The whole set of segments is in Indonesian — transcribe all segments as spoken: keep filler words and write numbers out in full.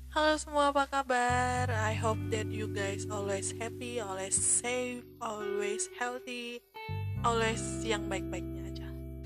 Halo semua, apa kabar? I hope that you guys always happy, always safe, always healthy, always yang baik-baiknya aja.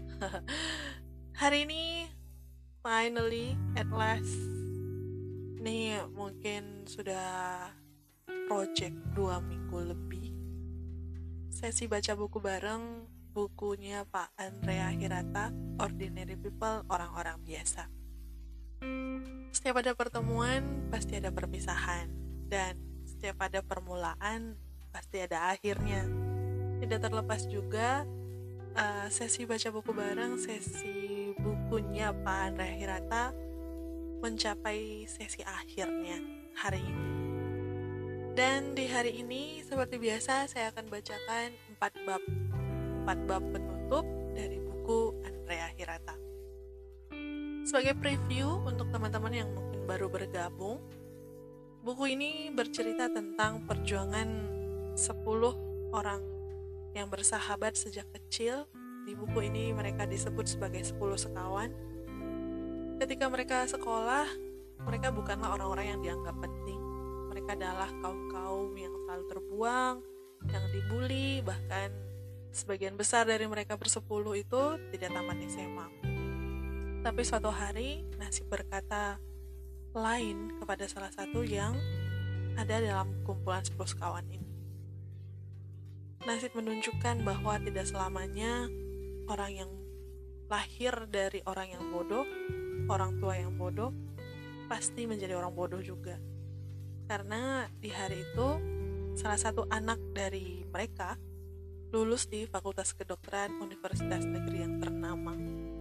Hari ini, finally, at last, nih mungkin sudah project dua minggu lebih, sesi baca buku bareng bukunya Pak Andrea Hirata, Ordinary People, Orang-Orang Biasa. Setiap ada pertemuan, pasti ada perpisahan. Dan setiap ada permulaan, pasti ada akhirnya. Tidak terlepas juga uh, sesi baca buku bareng, sesi bukunya Pak Andrea Hirata mencapai sesi akhirnya hari ini. Dan di hari ini, seperti biasa, saya akan bacakan empat bab. empat bab penutup dari buku Andrea Hirata. Sebagai preview untuk teman-teman yang mungkin baru bergabung, buku ini bercerita tentang perjuangan sepuluh orang yang bersahabat sejak kecil. Di buku ini mereka disebut sebagai sepuluh sekawan. Ketika mereka sekolah, mereka bukanlah orang-orang yang dianggap penting. Mereka adalah kaum-kaum yang selalu terbuang, yang dibully, bahkan sebagian besar dari mereka bersepuluh itu tidak tamat S M A. Tapi suatu hari, nasib berkata lain kepada salah satu yang ada dalam kumpulan sepuluh sekawan ini. Nasib menunjukkan bahwa tidak selamanya orang yang lahir dari orang yang bodoh, orang tua yang bodoh, pasti menjadi orang bodoh juga. Karena di hari itu, salah satu anak dari mereka lulus di Fakultas Kedokteran Universitas Negeri yang ternama.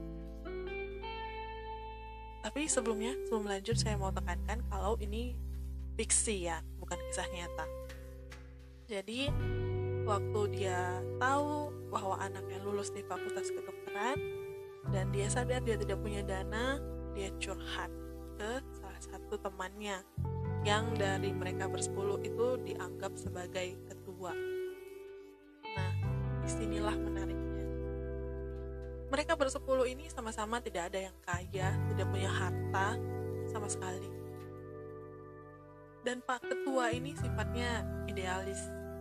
Tapi sebelumnya, sebelum lanjut, saya mau tekankan kalau ini fiksi ya, bukan kisah nyata. Jadi, waktu dia tahu bahwa anaknya lulus di Fakultas Kedokteran, dan dia sadar dia tidak punya dana, dia curhat ke salah satu temannya, yang dari mereka bersepuluh itu dianggap sebagai ketua. Nah, disinilah menariknya. Mereka bersepuluh ini sama-sama tidak ada yang kaya, tidak punya harta sama sekali. Dan Pak Ketua ini sifatnya idealis.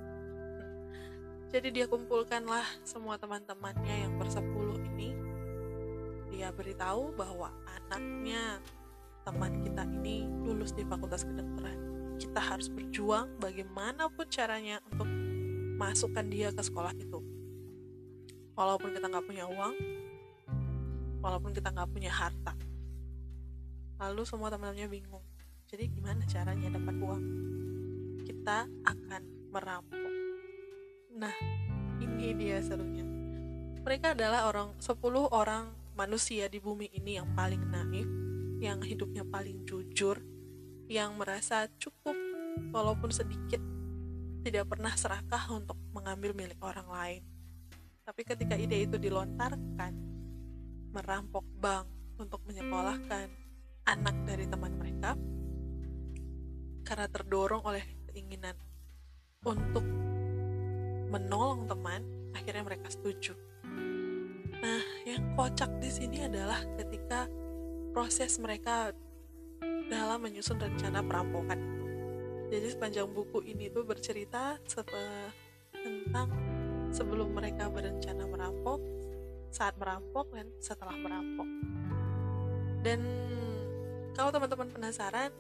Jadi dia kumpulkanlah semua teman-temannya yang bersepuluh ini. Dia beritahu bahwa anaknya teman kita ini lulus di Fakultas Kedokteran. Kita harus berjuang bagaimanapun caranya untuk masukkan dia ke sekolah itu. Walaupun kita nggak punya uang, walaupun kita nggak punya harta. Lalu semua teman-temannya bingung. Jadi gimana caranya dapat uang? Kita akan merampok. Nah, ini dia serunya. Mereka adalah orang sepuluh orang manusia di bumi ini yang paling naif, yang hidupnya paling jujur, yang merasa cukup walaupun sedikit, tidak pernah serakah untuk mengambil milik orang lain. Tapi ketika ide itu dilontarkan, merampok bank untuk menyekolahkan anak dari teman mereka, karena terdorong oleh keinginan untuk menolong teman, akhirnya mereka setuju. Nah, yang kocak di sini adalah ketika proses mereka dalam menyusun rencana perampokan itu. Jadi sepanjang buku ini tuh bercerita sepe- tentang sebelum mereka berencana merampok, saat merampok, dan setelah merampok. Dan kalau teman-teman penasaran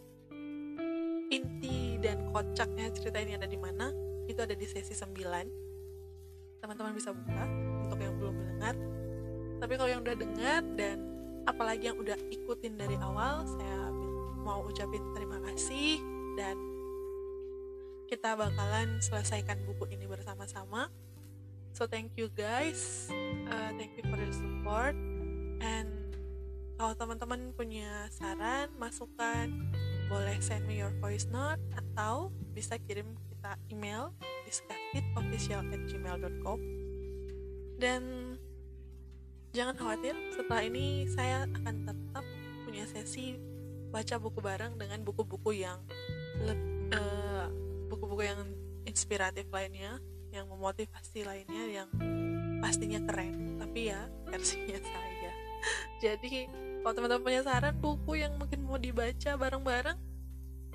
inti dan kocaknya cerita ini ada di mana, itu ada di sesi sembilan. Teman-teman bisa buka untuk yang belum mendengar. Tapi kalau yang udah dengar dan apalagi yang udah ikutin dari awal, saya mau ucapin terima kasih, dan kita bakalan selesaikan buku ini bersama-sama. So thank you guys, uh, thank you for your support. And kalau teman-teman punya saran, masukan, boleh send me your voice note atau bisa kirim kita email discussed official at gmail dot com. Dan jangan khawatir, setelah ini saya akan tetap punya sesi baca buku bareng dengan buku-buku yang le- uh, buku-buku yang inspiratif lainnya, yang memotivasi lainnya, yang pastinya keren, tapi ya versinya saya. Jadi kalau teman-teman punya saran buku yang mungkin mau dibaca bareng-bareng,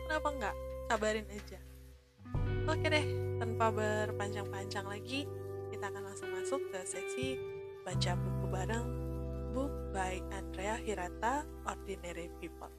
kenapa enggak? Kabarin aja. Oke deh, tanpa berpanjang-panjang lagi, kita akan langsung masuk ke sesi baca buku bareng, Book by Andrea Hirata, Ordinary People.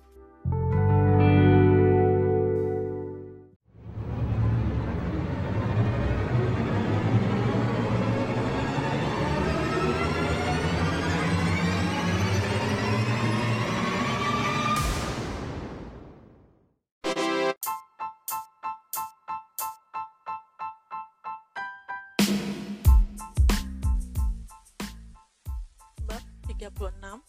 tiga puluh enam.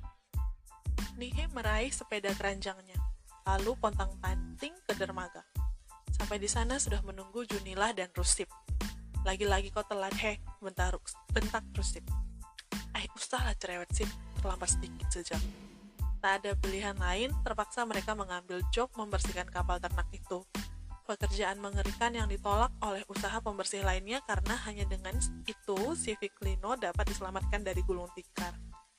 Nihe meraih sepeda keranjangnya, lalu pontang-panting ke dermaga. Sampai di sana sudah menunggu Junilah dan Rusip. Lagi-lagi kau telat, he, bentar, bentak Rusip. Eh, usahlah cerewet Sip, terlambat sedikit saja. Tak ada pilihan lain, terpaksa mereka mengambil job membersihkan kapal ternak itu. Pekerjaan mengerikan yang ditolak oleh usaha pembersih lainnya karena hanya dengan itu si Viclino dapat diselamatkan dari gulung tikar.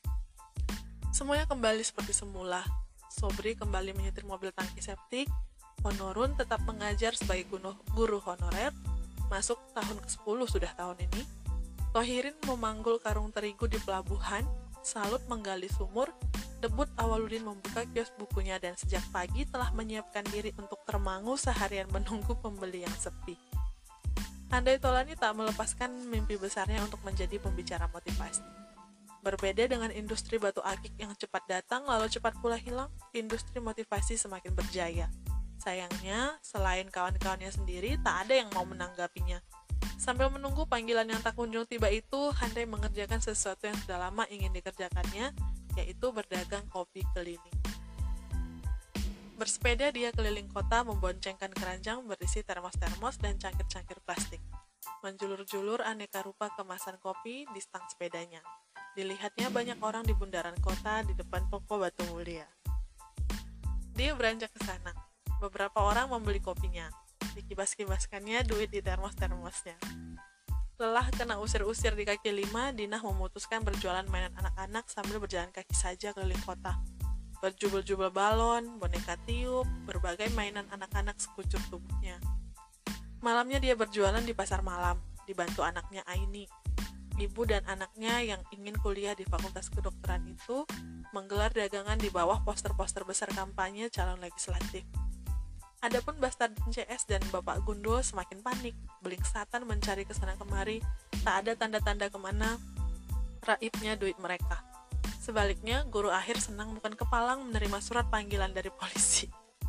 Semuanya kembali seperti semula. Sobri kembali menyetir mobil tangki septik. Honorun tetap mengajar sebagai guru honorer. Masuk tahun ke sepuluh sudah tahun ini. Tohirin memanggul karung terigu di pelabuhan. Salut menggali sumur. Debut Awaludin membuka kios bukunya dan sejak pagi telah menyiapkan diri untuk termangu seharian menunggu pembeli yang sepi. Handai Tolani tak melepaskan mimpi besarnya untuk menjadi pembicara motivasi. Berbeda dengan industri batu akik yang cepat datang lalu cepat pula hilang, industri motivasi semakin berjaya. Sayangnya, selain kawan-kawannya sendiri, tak ada yang mau menanggapinya. Sambil menunggu panggilan yang tak kunjung tiba itu, Handai mengerjakan sesuatu yang sudah lama ingin dikerjakannya, yaitu berdagang kopi keliling. Bersepeda dia keliling kota memboncengkan keranjang berisi termos-termos dan cangkir-cangkir plastik. Menjulur-julur aneka rupa kemasan kopi di stang sepedanya. Dilihatnya banyak orang di bundaran kota di depan toko Batu Mulia. Dia beranjak ke sana. Beberapa orang membeli kopinya. Dikibas-kibaskannya duit di termos-termosnya. Lelah kena usir-usir di kaki lima, Dinah memutuskan berjualan mainan anak-anak sambil berjalan kaki saja keliling kota. Berjubel-jubel balon, boneka tiup, berbagai mainan anak-anak sekucur tubuhnya. Malamnya dia berjualan di pasar malam, dibantu anaknya Aini. Ibu dan anaknya yang ingin kuliah di Fakultas Kedokteran itu menggelar dagangan di bawah poster-poster besar kampanye calon legislatif. Adapun Bastard C S dan Bapak Gundul semakin panik, belingsatan mencari kesana kemari, tak ada tanda-tanda kemana raibnya duit mereka. Sebaliknya, guru akhir senang bukan kepalang menerima surat panggilan dari polisi.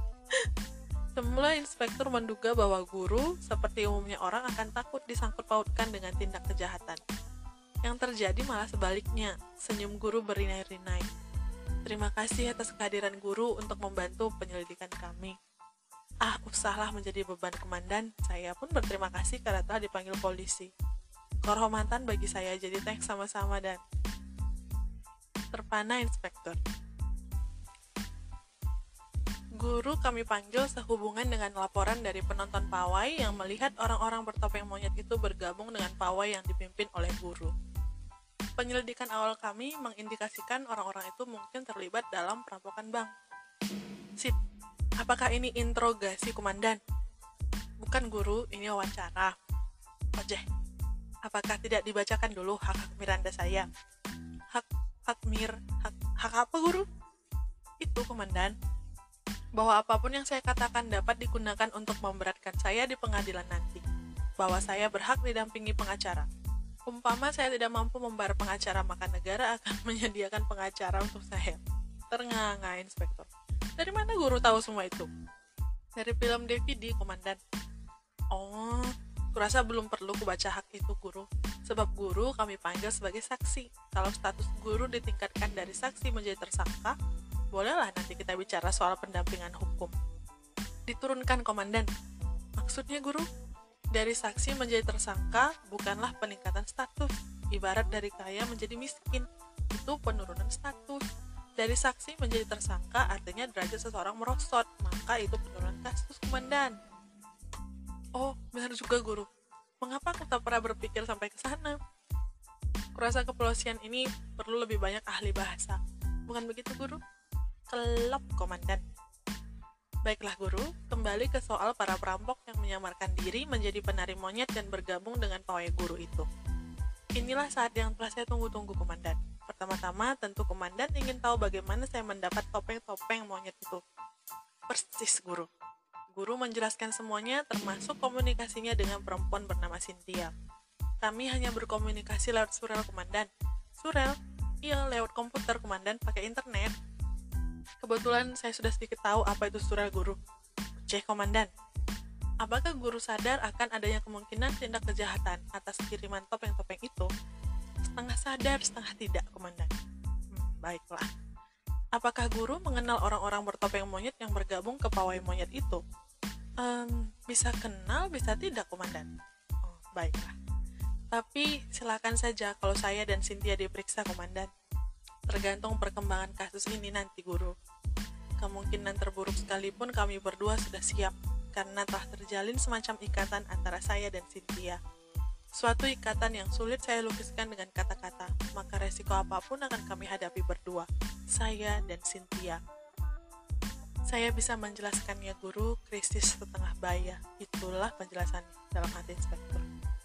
Semula inspektur menduga bahwa guru, seperti umumnya orang, akan takut disangkut pautkan dengan tindak kejahatan. Yang terjadi malah sebaliknya, senyum guru berinai-rinai. Terima kasih atas kehadiran guru untuk membantu penyelidikan kami. Ah, usahlah menjadi beban komandan, saya pun berterima kasih karena telah dipanggil polisi. Kehormatan bagi saya, jadi thanks sama-sama dan... Terpana inspektur. Guru kami panggil sehubungan dengan laporan dari penonton pawai yang melihat orang-orang bertopeng monyet itu bergabung dengan pawai yang dipimpin oleh guru. Penyelidikan awal kami mengindikasikan orang-orang itu mungkin terlibat dalam perampokan bank. Sip, apakah ini interogasi komandan? Bukan guru, ini wawancara. Ojeh, apakah tidak dibacakan dulu hak-hak Miranda saya? Hak, hak mir, hak, hak apa guru? Itu komandan. Bahwa apapun yang saya katakan dapat digunakan untuk memberatkan saya di pengadilan nanti. Bahwa saya berhak didampingi pengacara. Umpama saya tidak mampu membayar pengacara, maka negara akan menyediakan pengacara untuk saya. Ternganga inspektur. Dari mana guru tahu semua itu? Dari film D V D, komandan. Oh, kurasa belum perlu kubaca hak itu, guru. Sebab guru kami panggil sebagai saksi. Kalau status guru ditingkatkan dari saksi menjadi tersangka, bolehlah nanti kita bicara soal pendampingan hukum. Diturunkan, komandan. Maksudnya, guru? Dari saksi menjadi tersangka bukanlah peningkatan status. Ibarat dari kaya menjadi miskin, itu penurunan status. Dari saksi menjadi tersangka artinya derajat seseorang merosot, maka itu penurunan kasus, komandan. Oh, benar juga guru. Mengapa aku tak pernah berpikir sampai ke sana? Kurasa kepolisian ini perlu lebih banyak ahli bahasa. Bukan begitu, guru? Kelop, komandan. Baiklah guru, kembali ke soal para perampok yang menyamarkan diri menjadi penari monyet dan bergabung dengan pawai guru itu. Inilah saat yang telah saya tunggu-tunggu, Komandan. Pertama-tama, tentu Komandan ingin tahu bagaimana saya mendapat topeng-topeng monyet itu. Persis, Guru. Guru menjelaskan semuanya, termasuk komunikasinya dengan perempuan bernama Cynthia. Kami hanya berkomunikasi lewat surel, Komandan. Surel? Iya, lewat komputer, Komandan, pakai internet. Kebetulan saya sudah sedikit tahu apa itu surel, Guru. Cek, Komandan. Apakah guru sadar akan adanya kemungkinan tindak kejahatan atas kiriman topeng-topeng itu? Setengah sadar, setengah tidak, Komandan. Hmm, baiklah. Apakah guru mengenal orang-orang bertopeng monyet yang bergabung ke pawai monyet itu? Um, bisa kenal, bisa tidak, Komandan. Oh, baiklah. Tapi silakan saja kalau saya dan Cynthia diperiksa, Komandan. Tergantung perkembangan kasus ini nanti, Guru. Kemungkinan terburuk sekalipun kami berdua sudah siap, karena telah terjalin semacam ikatan antara saya dan Cynthia. Suatu ikatan yang sulit saya lukiskan dengan kata-kata, maka resiko apapun akan kami hadapi berdua, saya dan Cynthia. Saya bisa menjelaskannya, Guru, krisis setengah baya. Itulah penjelasannya dalam hati inspektur.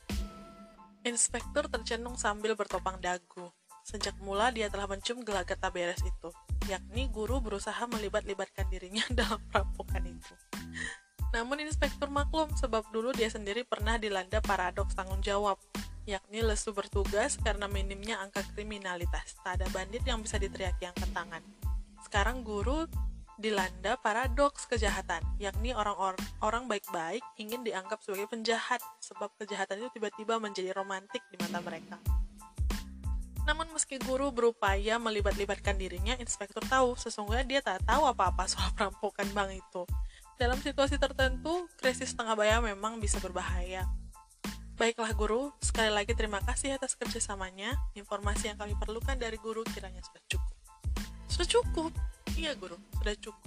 Inspektur tercenung sambil bertopang dagu. Sejak mula dia telah mencium gelagat tak beres itu, yakni guru berusaha melibat-libatkan dirinya dalam perampokan itu. Namun inspektur maklum sebab dulu dia sendiri pernah dilanda paradoks tanggung jawab, yakni lesu bertugas karena minimnya angka kriminalitas. Tak ada bandit yang bisa diteriaki angkat tangan. Sekarang guru dilanda paradoks kejahatan, yakni orang-orang baik-baik ingin dianggap sebagai penjahat sebab kejahatan itu tiba-tiba menjadi romantik di mata mereka. Namun meski guru berupaya melibat-libatkan dirinya, inspektur tahu sesungguhnya dia tak tahu apa-apa soal perampokan bank itu. Dalam situasi tertentu, krisis tengah baya memang bisa berbahaya. Baiklah Guru, sekali lagi terima kasih atas kerjasamanya. Informasi yang kami perlukan dari Guru kiranya sudah cukup. Sudah cukup? Iya Guru, sudah cukup.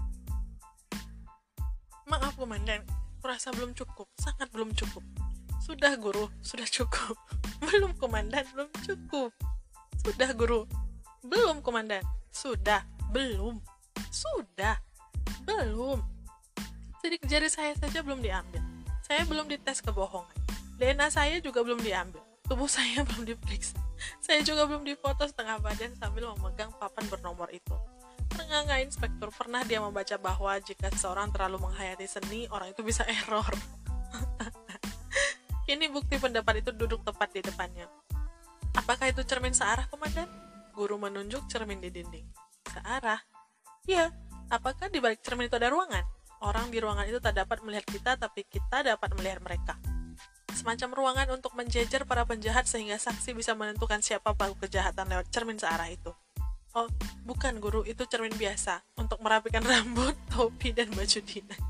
Maaf Komandan, kurasa belum cukup, sangat belum cukup. Sudah Guru, sudah cukup. Belum Komandan, belum cukup. Sudah Guru, belum Komandan. Sudah, belum. Sudah, belum. Sidik jari saya saja belum diambil. Saya belum dites kebohongan. D N A saya juga belum diambil. Tubuh saya belum diperiksa. Saya juga belum difoto setengah badan sambil memegang papan bernomor itu. Terengah-engah inspektur pernah dia membaca bahwa jika seseorang terlalu menghayati seni, orang itu bisa error. Kini bukti pendapat itu duduk tepat di depannya. Apakah itu cermin searah, Komandan? Guru menunjuk cermin di dinding. Searah? Iya. Apakah di balik cermin itu ada ruangan? Orang di ruangan itu tak dapat melihat kita, tapi kita dapat melihat mereka. Semacam ruangan untuk menjejer para penjahat sehingga saksi bisa menentukan siapa pelaku kejahatan lewat cermin searah itu. Oh, bukan Guru, itu cermin biasa untuk merapikan rambut, topi, dan baju dinas.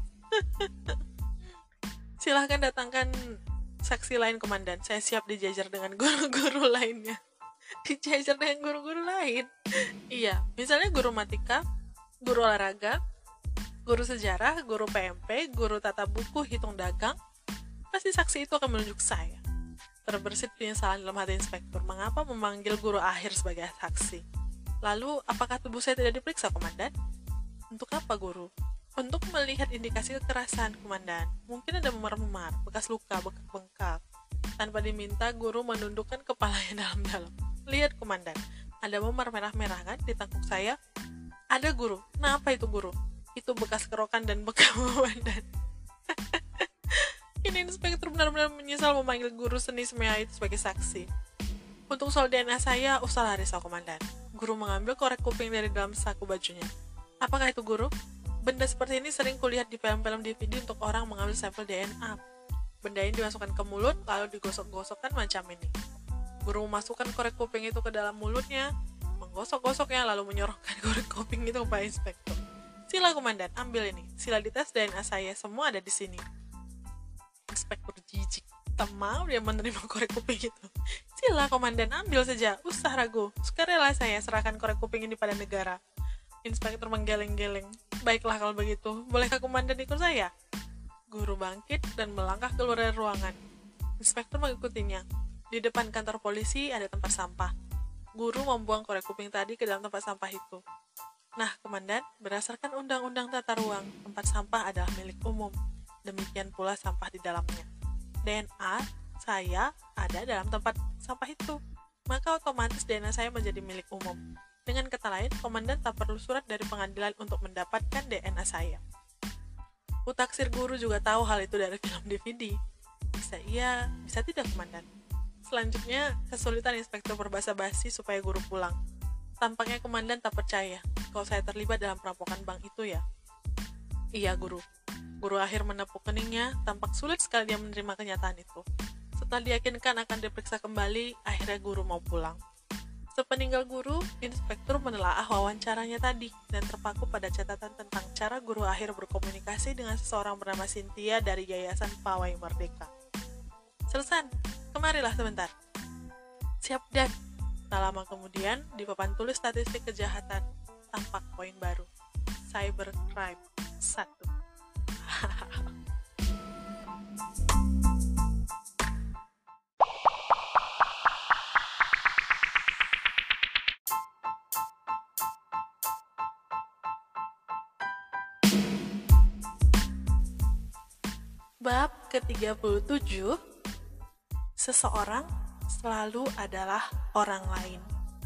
Silahkan datangkan saksi lain, Komandan. Saya siap dijajar dengan guru-guru lainnya. Dijajar dengan guru-guru lain? Iya, misalnya guru matika, guru olahraga, guru sejarah, guru P M P, guru tata buku, hitung dagang. Pasti saksi itu akan menunjuk saya. Terbersit penyesalan dalam hati inspektur. Mengapa memanggil guru akhir sebagai saksi? Lalu, apakah tubuh saya tidak diperiksa, Komandan? Untuk apa, Guru? Untuk melihat indikasi kekerasan, Komandan. Mungkin ada memar-memar, bekas luka, bengkak-bengkak. Tanpa diminta, Guru menundukkan kepalanya dalam-dalam. Lihat, Komandan. Ada memar merah-merah kan di tangkuk saya? Ada, Guru. Nah, apa itu, Guru? Itu bekas kerokan dan bekas Komandan. Ini inspektur benar-benar menyesal memanggil guru seni semea itu sebagai saksi. Untuk soal D N A saya, usahlah risau, Komandan. Guru mengambil korek kuping dari dalam saku bajunya. Apakah itu, Guru? Benda seperti ini sering kulihat di film-film D V D untuk orang mengambil sampel D N A. Benda ini dimasukkan ke mulut, lalu digosok-gosokkan macam ini. Guru memasukkan korek kuping itu ke dalam mulutnya, menggosok-gosoknya, lalu menyorongkan korek kuping itu kepada inspektur. Sila, Komandan, ambil ini. Sila dites D N A saya, semua ada di sini. Inspektur jijik. Tak mau dia menerima korek kuping itu. Sila, Komandan, ambil saja. Usah ragu. Sukarela saya serahkan korek kuping ini pada negara. Inspektur menggeleng-geleng. Baiklah kalau begitu. Bolehkah Komandan ikut saya? Guru bangkit dan melangkah keluar dari ruangan. Inspektur mengikutinya. Di depan kantor polisi ada tempat sampah. Guru membuang korek kuping tadi ke dalam tempat sampah itu. Nah, Komandan, berdasarkan Undang-Undang Tata Ruang, tempat sampah adalah milik umum. Demikian pula sampah di dalamnya. D N A saya ada dalam tempat sampah itu. Maka otomatis D N A saya menjadi milik umum. Dengan kata lain, Komandan tak perlu surat dari pengadilan untuk mendapatkan D N A saya. Kutaksir guru juga tahu hal itu dari film D V D. Bisa iya, bisa tidak, Komandan. Selanjutnya, kesulitan inspektur berbahasa basi supaya guru pulang. Tampaknya Komandan tak percaya kalau saya terlibat dalam perampokan bank itu ya. Iya, guru. Guru akhir menepuk keningnya, tampak sulit sekali dia menerima kenyataan itu. Setelah diyakinkan akan diperiksa kembali, akhirnya guru mau pulang. Sepeninggal guru, inspektur menelaah wawancaranya tadi dan terpaku pada catatan tentang cara guru akhir berkomunikasi dengan seseorang bernama Cynthia dari Yayasan Pawai Merdeka. Sersan, kemarilah sebentar. Siap, Dan. Tak lama kemudian, di papan tulis statistik kejahatan, tampak poin baru. Cybercrime satu. Bab ke tiga puluh tujuh, seseorang selalu adalah orang lain.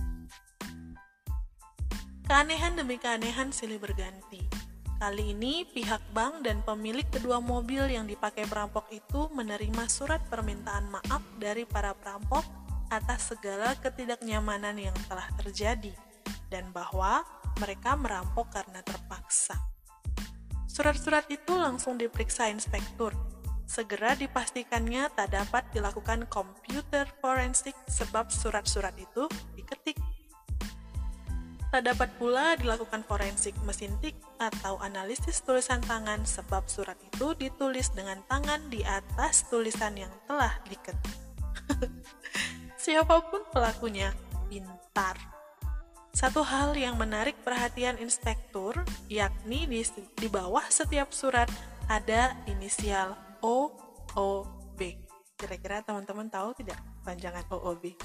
Keanehan demi keanehan silih berganti. Kali ini pihak bank dan pemilik kedua mobil yang dipakai perampok itu menerima surat permintaan maaf dari para perampok atas segala ketidaknyamanan yang telah terjadi dan bahwa mereka merampok karena terpaksa. Surat-surat itu langsung diperiksa inspektur. Segera dipastikannya tak dapat dilakukan komputer forensik sebab surat-surat itu diketik. Tak dapat pula dilakukan forensik mesin tik atau analisis tulisan tangan sebab surat itu ditulis dengan tangan di atas tulisan yang telah diketik. Siapapun pelakunya, pintar. Satu hal yang menarik perhatian inspektur, yakni di, di bawah setiap surat ada inisial O O B. Kira-kira teman-teman tahu tidak panjangan O O B?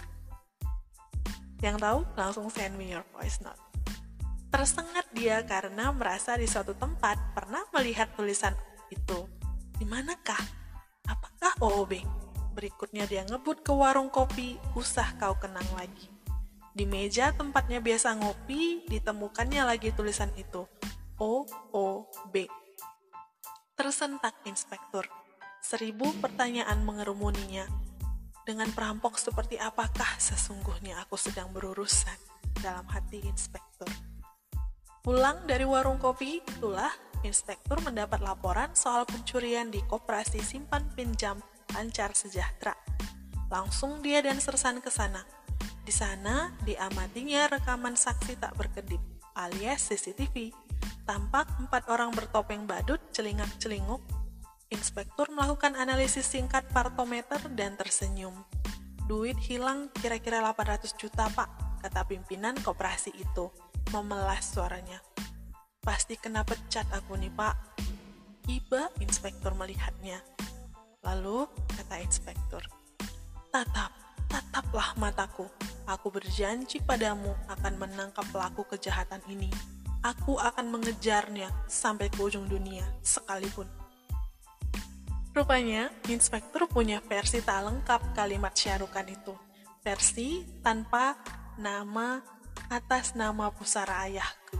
Yang tahu langsung send me your voice note. Tersengat dia karena merasa di suatu tempat pernah melihat tulisan itu. Di manakah? Apakah O O B? Berikutnya dia ngebut ke warung kopi, usah kau kenang lagi. Di meja tempatnya biasa ngopi, ditemukannya lagi tulisan itu. O O B. Tersentak inspektur. Seribu pertanyaan mengerumuninya. Dengan perampok seperti apakah sesungguhnya aku sedang berurusan? Dalam hati inspektur. Pulang dari warung kopi, itulah inspektur mendapat laporan soal pencurian di koperasi simpan pinjam Lancar Sejahtera. Langsung dia dan Sersan ke sana. Di sana diamatinya rekaman saksi tak berkedip, alias C C T V. Tampak empat orang bertopeng badut celingak-celinguk. Inspektur melakukan analisis singkat partometer dan tersenyum. Duit hilang kira-kira delapan ratus juta, Pak, kata pimpinan koperasi itu, memelas suaranya. Pasti kena pecat aku nih, Pak. Iba inspektur melihatnya. Lalu, kata inspektur, tatap, tataplah mataku. Aku berjanji padamu akan menangkap pelaku kejahatan ini. Aku akan mengejarnya sampai ke ujung dunia, sekalipun. Rupanya, inspektur punya versi tak lengkap kalimat syarukan itu. Versi tanpa nama atas nama pusara ayahku.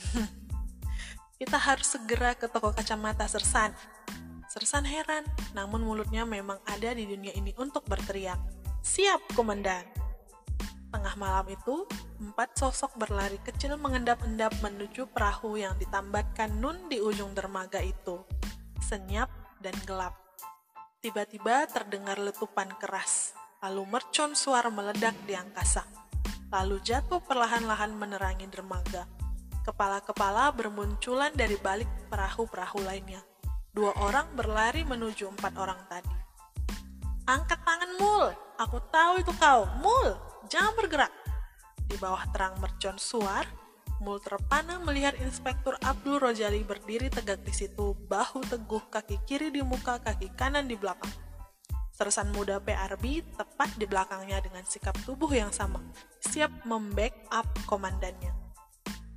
Kita harus segera ke toko kacamata Sersan. Sersan heran, namun mulutnya memang ada di dunia ini untuk berteriak. Siap, Komandan. Tengah malam itu, empat sosok berlari kecil mengendap-endap menuju perahu yang ditambatkan nun di ujung dermaga itu. Senyap dan gelap. Tiba-tiba terdengar letupan keras, lalu mercon suara meledak di angkasa, lalu jatuh perlahan-lahan menerangi dermaga. Kepala-kepala bermunculan dari balik perahu-perahu lainnya. Dua orang berlari menuju empat orang tadi. Angkat tangan, Mul! Aku tahu itu kau, Mul! Jangan bergerak! Di bawah terang mercon suar, Mul terpana melihat Inspektur Abdul Rojali berdiri tegak di situ, bahu teguh, kaki kiri di muka, kaki kanan di belakang. Sersan muda P R B tepat di belakangnya dengan sikap tubuh yang sama, siap membackup komandannya.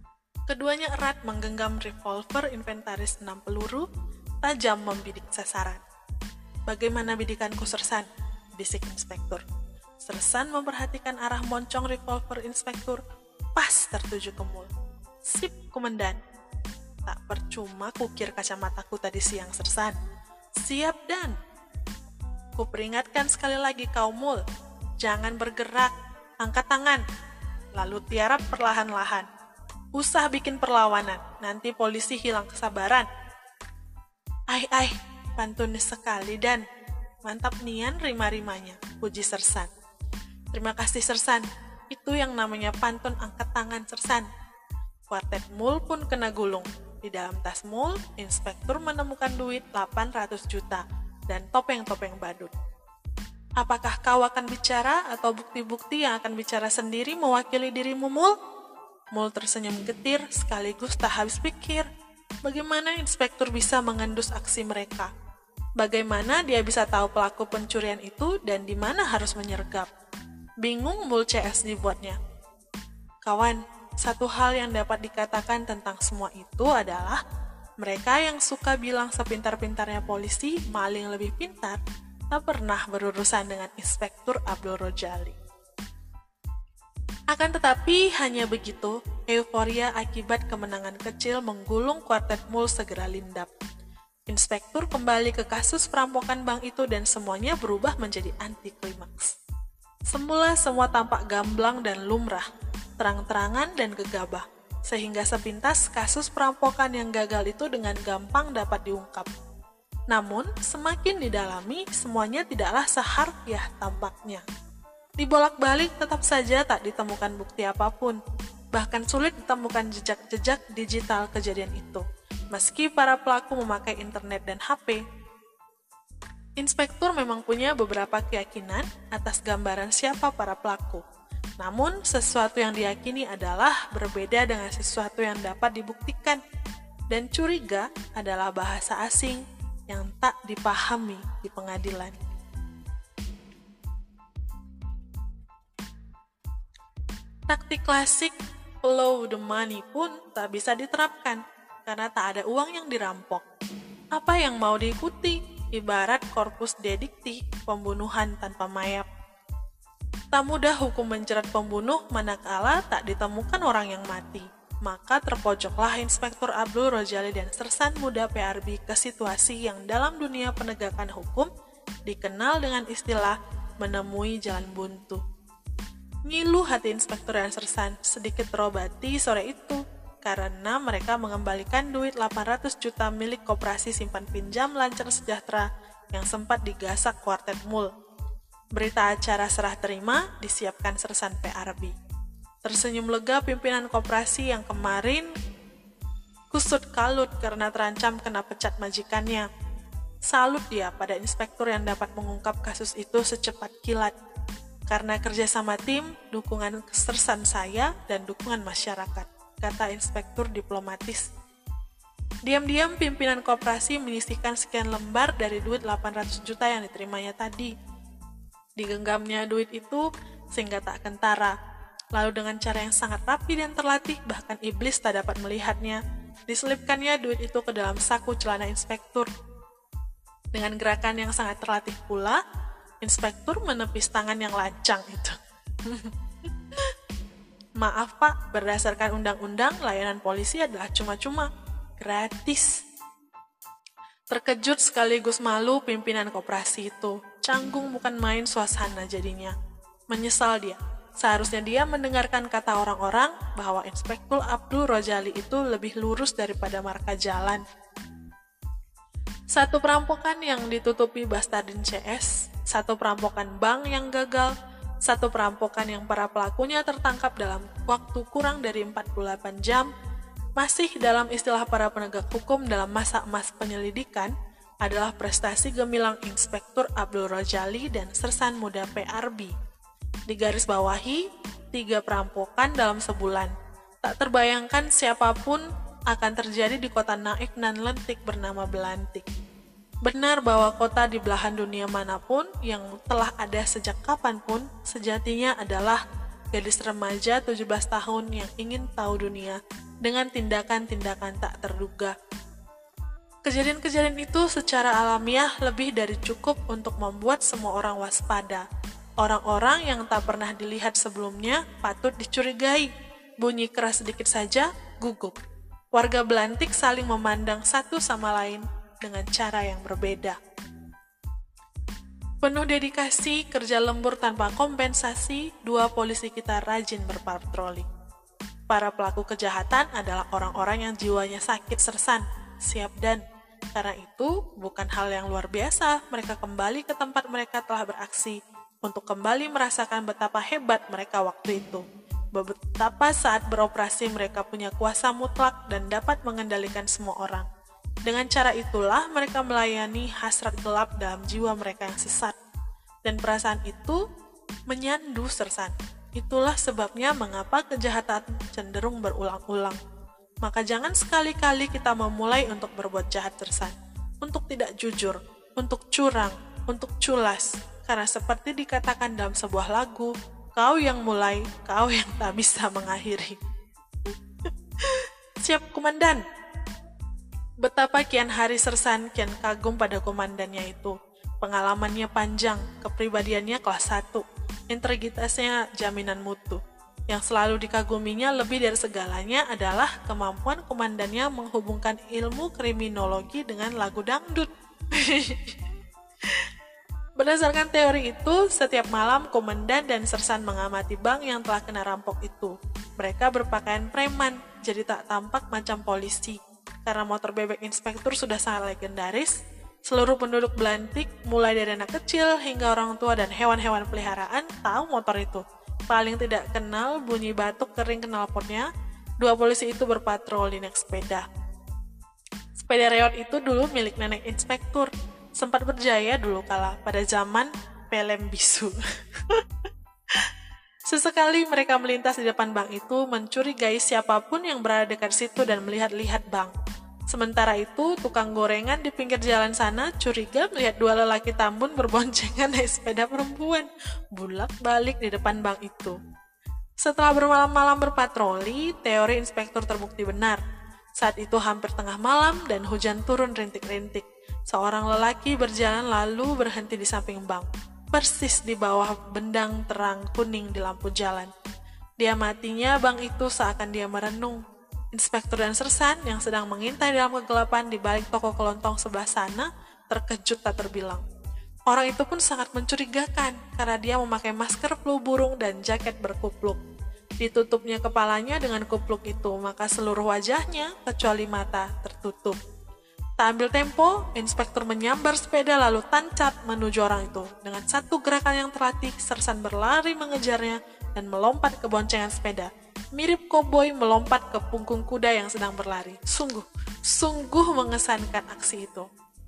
Keduanya erat menggenggam revolver inventaris enam peluru, tajam membidik sasaran. "Bagaimana bidikanku, Sersan?" bisik inspektur. Sersan memperhatikan arah moncong revolver inspektur, pas tertuju ke Mul. "Sip, komandan." "Tak percuma kukir kacamataku tadi siang, Sersan." "Siap, Dan." "Kuperingatkan sekali lagi kau, Mul. Jangan bergerak, angkat tangan." Lalu tiarap perlahan-lahan. "Usah bikin perlawanan, nanti polisi hilang kesabaran." "Ai, ai, pantun sekali, Dan. Mantap nian rima-rimanya," puji Sersan. "Terima kasih, Sersan. Itu yang namanya pantun angkat tangan, Sersan." Kuartet Mul pun kena gulung. Di dalam tas Mul, inspektur menemukan duit delapan ratus juta dan topeng-topeng badut. "Apakah kau akan bicara atau bukti-bukti yang akan bicara sendiri mewakili dirimu, Mul?" Mul tersenyum getir sekaligus tak habis pikir. Bagaimana inspektur bisa mengendus aksi mereka? Bagaimana dia bisa tahu pelaku pencurian itu dan di mana harus menyergap? Bingung Mul C S dibuatnya. "Kawan, satu hal yang dapat dikatakan tentang semua itu adalah mereka yang suka bilang sepintar-pintarnya polisi maling lebih pintar tak pernah berurusan dengan Inspektur Abdul Rojali." Akan tetapi, hanya begitu, euforia akibat kemenangan kecil menggulung kuartet Mul segera lindap. Inspektur kembali ke kasus perampokan bank itu dan semuanya berubah menjadi anti klimaks. Semula semua tampak gamblang dan lumrah, terang-terangan dan gegabah, sehingga sepintas kasus perampokan yang gagal itu dengan gampang dapat diungkap. Namun, semakin didalami, semuanya tidaklah seharfiah tampaknya. Dibolak-balik tetap saja tak ditemukan bukti apapun, bahkan sulit ditemukan jejak-jejak digital kejadian itu, meski para pelaku memakai internet dan H P. Inspektur memang punya beberapa keyakinan atas gambaran siapa para pelaku. Namun, sesuatu yang diyakini adalah berbeda dengan sesuatu yang dapat dibuktikan, dan curiga adalah bahasa asing yang tak dipahami di pengadilan. Taktik klasik follow the money pun tak bisa diterapkan karena tak ada uang yang dirampok. Apa yang mau diikuti? Ibarat corpus delicti, pembunuhan tanpa mayat. Tak mudah hukum menjerat pembunuh manakala tak ditemukan orang yang mati. Maka terpojoklah Inspektur Abdul Rojali dan Sersan muda P R B ke situasi yang dalam dunia penegakan hukum dikenal dengan istilah menemui jalan buntu. Ngilu hati Inspektur dan Sersan sedikit terobati sore itu karena mereka mengembalikan duit delapan ratus juta milik Koperasi Simpan Pinjam Lancar Sejahtera yang sempat digasak kuartet Mul. Berita acara serah terima disiapkan Sersan P R B. Tersenyum lega pimpinan koperasi yang kemarin kusut kalut karena terancam kena pecat majikannya. Salut dia pada inspektur yang dapat mengungkap kasus itu secepat kilat. Karena kerjasama tim, dukungan Sersan saya, dan dukungan masyarakat, kata inspektur diplomatis. Diam-diam pimpinan koperasi menyisihkan sekian lembar dari duit delapan ratus juta yang diterimanya tadi. Digenggamnya duit itu sehingga tak kentara. Lalu dengan cara yang sangat rapi dan terlatih, bahkan iblis tak dapat melihatnya, diselipkannya duit itu ke dalam saku celana inspektur. Dengan gerakan yang sangat terlatih pula, inspektur menepis tangan yang lancang itu. "Maaf Pak, berdasarkan undang-undang, layanan polisi adalah cuma-cuma, gratis." Terkejut sekaligus malu pimpinan koperasi itu. Canggung bukan main suasana jadinya. Menyesal dia. Seharusnya dia mendengarkan kata orang-orang bahwa Inspektur Abdul Rojali itu lebih lurus daripada marka jalan. Satu perampokan yang ditutupi Bastardin C S, satu perampokan bank yang gagal, satu perampokan yang para pelakunya tertangkap dalam waktu kurang dari empat puluh delapan jam, masih dalam istilah para penegak hukum dalam masa emas penyelidikan, adalah prestasi gemilang Inspektur Abdul Rojali dan Sersan Muda P R B. Digaris bawahi, tiga perampokan dalam sebulan. Tak terbayangkan siapapun akan terjadi di kota naif nan lentik bernama Belantik. Benar bahwa kota di belahan dunia manapun yang telah ada sejak kapanpun, sejatinya adalah gadis remaja tujuh belas tahun yang ingin tahu dunia dengan tindakan-tindakan tak terduga. Kejadian-kejadian itu secara alamiah lebih dari cukup untuk membuat semua orang waspada. Orang-orang yang tak pernah dilihat sebelumnya patut dicurigai. Bunyi keras sedikit saja, gugup. Warga Belantik saling memandang satu sama lain dengan cara yang berbeda. Penuh dedikasi, kerja lembur tanpa kompensasi, dua polisi kita rajin berpatroli. Para pelaku kejahatan adalah orang-orang yang jiwanya sakit sersan, siap dan. Karena itu, bukan hal yang luar biasa mereka kembali ke tempat mereka telah beraksi untuk kembali merasakan betapa hebat mereka waktu itu. Betapa saat beroperasi mereka punya kuasa mutlak dan dapat mengendalikan semua orang. Dengan cara itulah mereka melayani hasrat gelap dalam jiwa mereka yang sesat. Dan perasaan itu menyandu sersan. Itulah sebabnya mengapa kejahatan cenderung berulang-ulang. Maka jangan sekali-kali kita memulai untuk berbuat jahat sersan. Untuk tidak jujur, untuk curang, untuk culas. Karena seperti dikatakan dalam sebuah lagu, kau yang mulai, kau yang tak bisa mengakhiri. Siap, Komandan! Betapa Kian Hari Sersan kian kagum pada komandannya itu. Pengalamannya panjang, kepribadiannya kelas satu, integritasnya jaminan mutu. Yang selalu dikaguminya lebih dari segalanya adalah kemampuan komandannya menghubungkan ilmu kriminologi dengan lagu dangdut. Berdasarkan teori itu, setiap malam komandan dan sersan mengamati bank yang telah kena rampok itu. Mereka berpakaian preman, jadi tak tampak macam polisi. Karena motor bebek inspektur sudah sangat legendaris, seluruh penduduk Belantik, mulai dari anak kecil hingga orang tua dan hewan-hewan peliharaan, tahu motor itu. Paling tidak kenal bunyi batuk kering knalpotnya, dua polisi itu berpatroli naik sepeda. Sepeda reot itu dulu milik nenek inspektur, sempat berjaya dulu kala pada zaman pelem bisu. Sesekali mereka melintas di depan bank itu mencurigai siapapun yang berada dekat situ dan melihat-lihat bank. Sementara itu, tukang gorengan di pinggir jalan sana curiga melihat dua lelaki tambun berboncengan naik sepeda perempuan, bulak-balik di depan bank itu. Setelah bermalam-malam berpatroli, teori inspektur terbukti benar. Saat itu hampir tengah malam dan hujan turun rintik-rintik. Seorang lelaki berjalan lalu berhenti di samping bank, persis di bawah bendang terang kuning di lampu jalan. Diamatinya bank itu seakan dia merenung. Inspektur dan sersan yang sedang mengintai dalam kegelapan di balik toko kelontong sebelah sana terkejut tak terbilang. Orang itu pun sangat mencurigakan karena dia memakai masker flu burung dan jaket berkupluk. Ditutupnya kepalanya dengan kupluk itu, maka seluruh wajahnya kecuali mata tertutup. Tak ambil tempo, inspektur menyambar sepeda lalu tancap menuju orang itu. Dengan satu gerakan yang terlatih, sersan berlari mengejarnya dan melompat ke boncengan sepeda. Mirip koboi melompat ke punggung kuda yang sedang berlari. Sungguh, sungguh mengesankan aksi itu.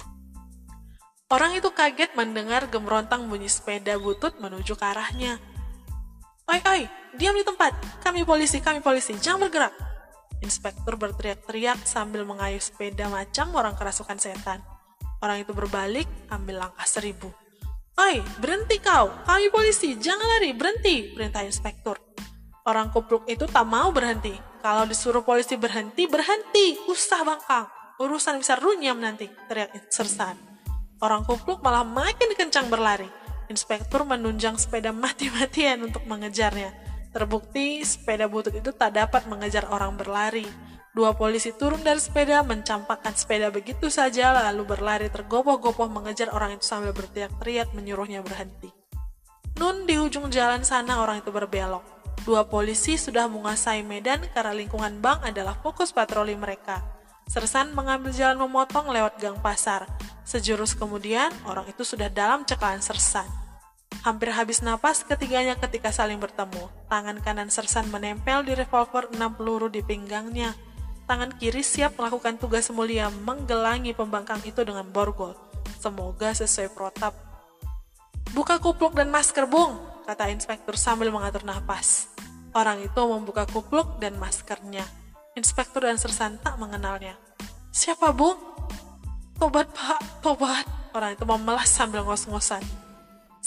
Orang itu kaget mendengar gemerontang bunyi sepeda butut menuju ke arahnya. Oi, oi, diam di tempat. Kami polisi, kami polisi, jangan bergerak. Inspektur berteriak-teriak sambil mengayuh sepeda macam orang kerasukan setan. Orang itu berbalik, ambil langkah seribu. Oi, berhenti kau, kami polisi, jangan lari, berhenti, perintah inspektur. Orang kupluk itu tak mau berhenti. Kalau disuruh polisi berhenti, berhenti. Usah bangkang. Urusan bisa runyam nanti, teriak sersan. Orang kupluk malah makin kencang berlari. Inspektur menunjang sepeda mati-matian untuk mengejarnya. Terbukti sepeda butut itu tak dapat mengejar orang berlari. Dua polisi turun dari sepeda, mencampakkan sepeda begitu saja, lalu berlari tergopoh-gopoh mengejar orang itu sambil berteriak-teriak menyuruhnya berhenti. Nun di ujung jalan sana orang itu berbelok. Dua polisi sudah menguasai medan karena lingkungan bank adalah fokus patroli mereka. Sersan mengambil jalan memotong lewat gang pasar. Sejurus kemudian, orang itu sudah dalam cekalan sersan. Hampir habis napas ketiganya ketika saling bertemu. Tangan kanan sersan menempel di revolver enam peluru di pinggangnya. Tangan kiri siap melakukan tugas mulia menggelangi pembangkang itu dengan borgol. Semoga sesuai protap. Buka kupluk dan masker, Bung, kata inspektur sambil mengatur napas. Orang itu membuka kupluk dan maskernya. Inspektur dan sersan tak mengenalnya. Siapa, Bung? Tobat, Pak, tobat. Orang itu memelas sambil ngos-ngosan.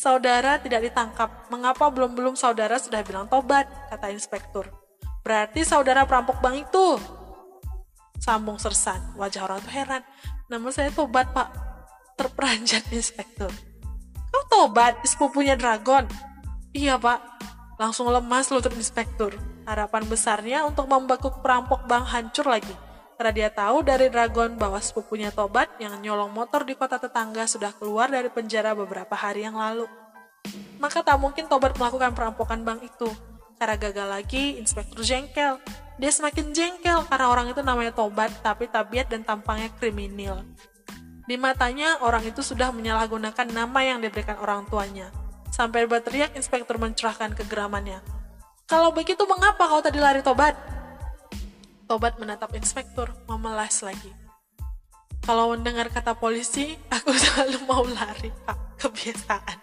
Saudara tidak ditangkap. Mengapa belum-belum saudara sudah bilang tobat? Kata inspektur. Berarti saudara perampok bank itu. Sambung Sersan. Wajah orang itu heran. Namun saya tobat, Pak. Terperanjat inspektur. Kau tobat di sepupunya Dragon? Iya, Pak. Langsung lemas lutut inspektur. Harapan besarnya untuk membekuk perampok bank hancur lagi. Karena dia tahu dari Dragon bahwa sepupunya tobat yang nyolong motor di kota tetangga sudah keluar dari penjara beberapa hari yang lalu. Maka tak mungkin tobat melakukan perampokan bank itu. Karena gagal lagi, inspektur jengkel. Dia semakin jengkel karena orang itu namanya tobat, tapi tabiat dan tampangnya kriminal. Di matanya, orang itu sudah menyalahgunakan nama yang diberikan orang tuanya. Sampai berteriak, inspektur mencurahkan kegeramannya. Kalau begitu, mengapa kau tadi lari tobat? Tobat menatap inspektur, memelas lagi. Kalau mendengar kata polisi, aku selalu mau lari, Pak. Kebiasaan.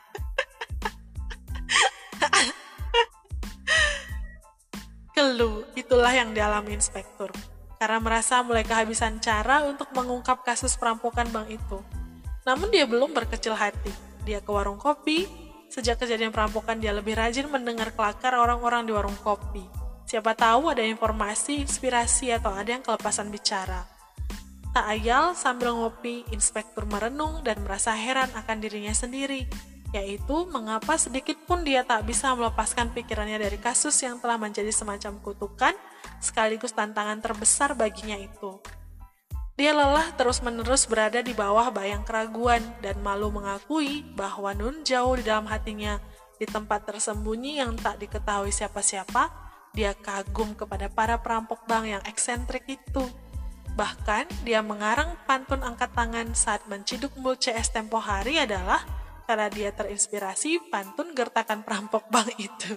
Keluh, itulah yang dialami inspektur. Karena merasa mulai kehabisan cara untuk mengungkap kasus perampokan bank itu. Namun dia belum berkecil hati. Dia ke warung kopi. Sejak kejadian perampokan dia lebih rajin mendengar kelakar orang-orang di warung kopi. Siapa tahu ada informasi, inspirasi, atau ada yang kelepasan bicara. Tak ayal sambil ngopi, inspektur merenung dan merasa heran akan dirinya sendiri. Yaitu mengapa sedikit pun dia tak bisa melepaskan pikirannya dari kasus yang telah menjadi semacam kutukan sekaligus tantangan terbesar baginya itu. Dia lelah terus-menerus berada di bawah bayang keraguan dan malu mengakui bahwa nun jauh di dalam hatinya, di tempat tersembunyi yang tak diketahui siapa-siapa, dia kagum kepada para perampok bank yang eksentrik itu. Bahkan dia mengarang pantun angkat tangan saat menciduk mul C S tempo hari adalah karena dia terinspirasi pantun gertakan perampok bank itu.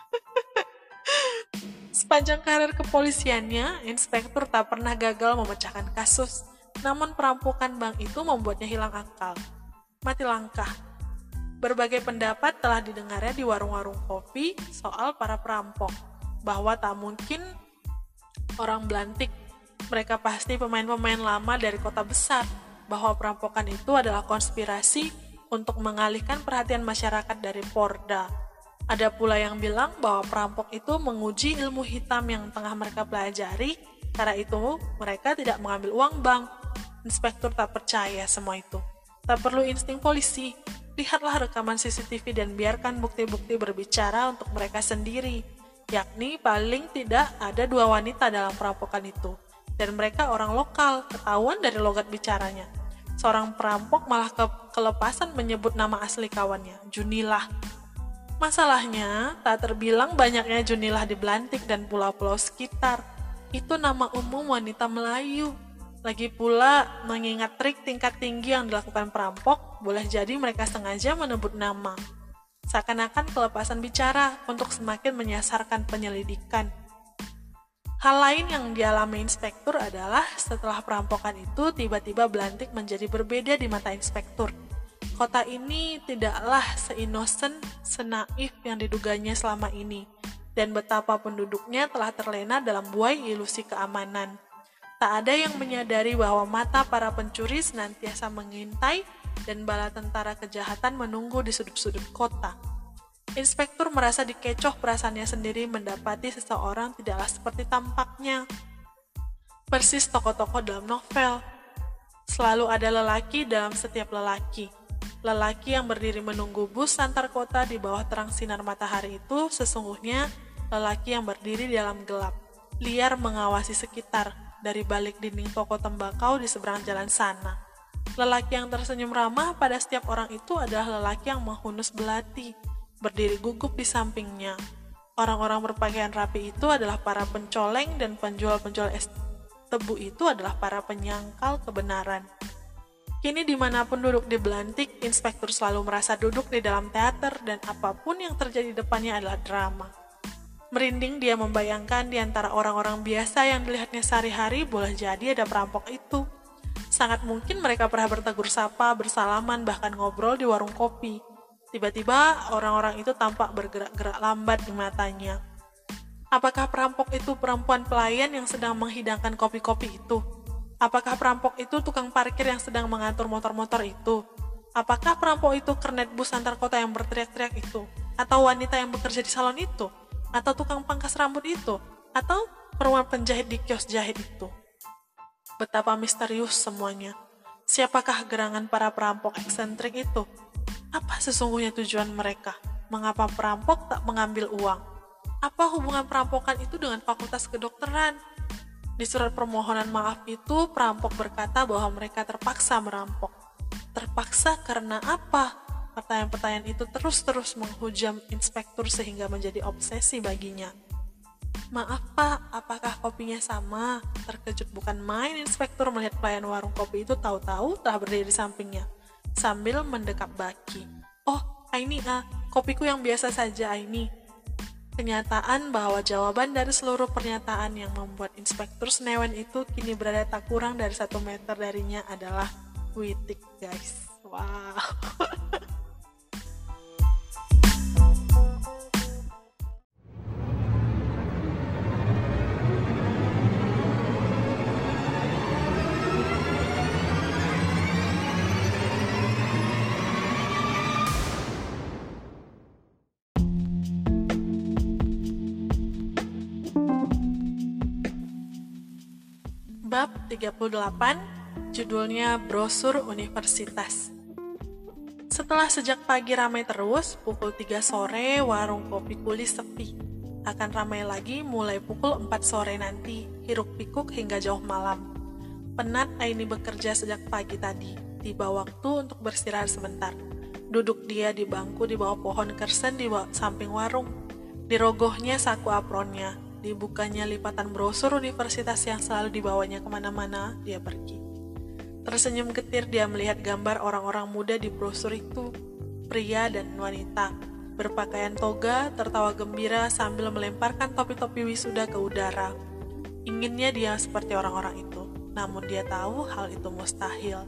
Sepanjang karir kepolisiannya, inspektur tak pernah gagal memecahkan kasus. Namun perampokan bank itu membuatnya hilang akal. Mati langkah. Berbagai pendapat telah didengarnya di warung-warung kopi soal para perampok. Bahwa tak mungkin orang belantik. Mereka pasti pemain-pemain lama dari kota besar. Bahwa perampokan itu adalah konspirasi untuk mengalihkan perhatian masyarakat dari Porda. Ada pula yang bilang bahwa perampok itu menguji ilmu hitam yang tengah mereka pelajari, karena itu mereka tidak mengambil uang bank. Inspektur tak percaya semua itu. Tak perlu insting polisi, lihatlah rekaman C C T V dan biarkan bukti-bukti berbicara untuk mereka sendiri, yakni paling tidak ada dua wanita dalam perampokan itu, dan mereka orang lokal, ketahuan dari logat bicaranya. Seorang perampok malah ke- kelepasan menyebut nama asli kawannya, Junilah. Masalahnya, tak terbilang banyaknya Junilah di Belantik dan pulau-pulau sekitar. Itu nama umum wanita Melayu. Lagi pula, mengingat trik tingkat tinggi yang dilakukan perampok, boleh jadi mereka sengaja menyebut nama. Seakan-akan kelepasan bicara untuk semakin menyasarkan penyelidikan. Hal lain yang dialami inspektur adalah setelah perampokan itu tiba-tiba Belantik menjadi berbeda di mata inspektur. Kota ini tidaklah se-innocent, senaif yang diduganya selama ini, dan betapa penduduknya telah terlena dalam buai ilusi keamanan. Tak ada yang menyadari bahwa mata para pencuri senantiasa mengintai dan bala tentara kejahatan menunggu di sudut-sudut kota. Inspektur merasa dikecoh perasaannya sendiri mendapati seseorang tidaklah seperti tampaknya. Persis tokoh-tokoh dalam novel. Selalu ada lelaki dalam setiap lelaki. Lelaki yang berdiri menunggu bus antar kota di bawah terang sinar matahari itu sesungguhnya lelaki yang berdiri di dalam gelap, liar mengawasi sekitar dari balik dinding toko tembakau di seberang jalan sana. Lelaki yang tersenyum ramah pada setiap orang itu adalah lelaki yang menghunus belati, berdiri gugup di sampingnya. Orang-orang berpakaian rapi itu adalah para pencoleng dan penjual-penjual es tebu itu adalah para penyangkal kebenaran. Kini dimanapun duduk di Belantik, inspektur selalu merasa duduk di dalam teater dan apapun yang terjadi di depannya adalah drama. Merinding dia membayangkan di antara orang-orang biasa yang dilihatnya sehari-hari boleh jadi ada perampok itu. Sangat mungkin mereka pernah bertegur sapa, bersalaman, bahkan ngobrol di warung kopi. Tiba-tiba orang-orang itu tampak bergerak-gerak lambat di matanya. Apakah perampok itu perempuan pelayan yang sedang menghidangkan kopi-kopi itu? Apakah perampok itu tukang parkir yang sedang mengatur motor-motor itu? Apakah perampok itu kernet bus antar kota yang berteriak-teriak itu? Atau wanita yang bekerja di salon itu? Atau tukang pangkas rambut itu? Atau perempuan penjahit di kios jahit itu? Betapa misterius semuanya. Siapakah gerangan para perampok eksentrik itu? Apa sesungguhnya tujuan mereka? Mengapa perampok tak mengambil uang? Apa hubungan perampokan itu dengan fakultas kedokteran? Di surat permohonan maaf itu, perampok berkata bahwa mereka terpaksa merampok. Terpaksa karena apa? Pertanyaan-pertanyaan itu terus-terus menghujam inspektur sehingga menjadi obsesi baginya. Maaf pak, apakah kopinya sama? Terkejut bukan main inspektur melihat pelayan warung kopi itu tahu-tahu telah berdiri di sampingnya, sambil mendekap baki. Oh, Aini ah, kopiku yang biasa saja Aini. Kenyataan bahwa jawaban dari seluruh pernyataan yang membuat inspektur senewen itu kini berada tak kurang dari satu meter darinya adalah Witik, guys. Wow. Bab tiga puluh delapan, judulnya Brosur Universitas. Setelah sejak pagi ramai terus, pukul tiga sore warung kopi Kuli sepi. Akan ramai lagi mulai pukul empat sore nanti, hiruk-pikuk hingga jauh malam. Penat Aini bekerja sejak pagi tadi, tiba waktu untuk beristirahat sebentar. Duduk dia di bangku di bawah pohon kersen di bawah, samping warung. Dirogohnya saku apronnya. Dibukanya lipatan brosur universitas yang selalu dibawanya kemana-mana, dia pergi. Tersenyum getir dia melihat gambar orang-orang muda di brosur itu, pria dan wanita, berpakaian toga, tertawa gembira sambil melemparkan topi-topi wisuda ke udara. Inginnya dia seperti orang-orang itu, namun dia tahu hal itu mustahil.